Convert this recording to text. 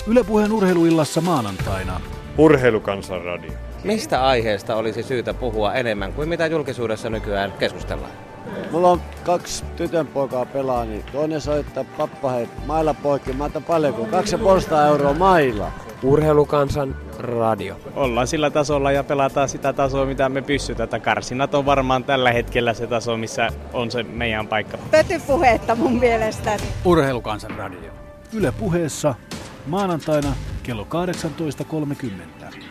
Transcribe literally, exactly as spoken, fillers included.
Yle Puheen urheiluillassa maanantaina. Urheilukansan radio. Mistä aiheesta olisi syytä puhua enemmän kuin mitä julkisuudessa nykyään keskustellaan? Mulla on kaksi tytönpoikaa pelaa, niin toinen soittaa, pappa hei, mailla poikki, mä otan paljon kuin kaksi ja puolesta euroa mailla. Urheilukansan radio. Ollaan sillä tasolla ja pelataan sitä tasoa, mitä me pystytään. Karsinat on varmaan tällä hetkellä se taso, missä on se meidän paikka. Pötypuhetta mun mielestä. Urheilukansan radio. Yle Puheessa maanantaina kello kahdeksantoista kolmekymmentä.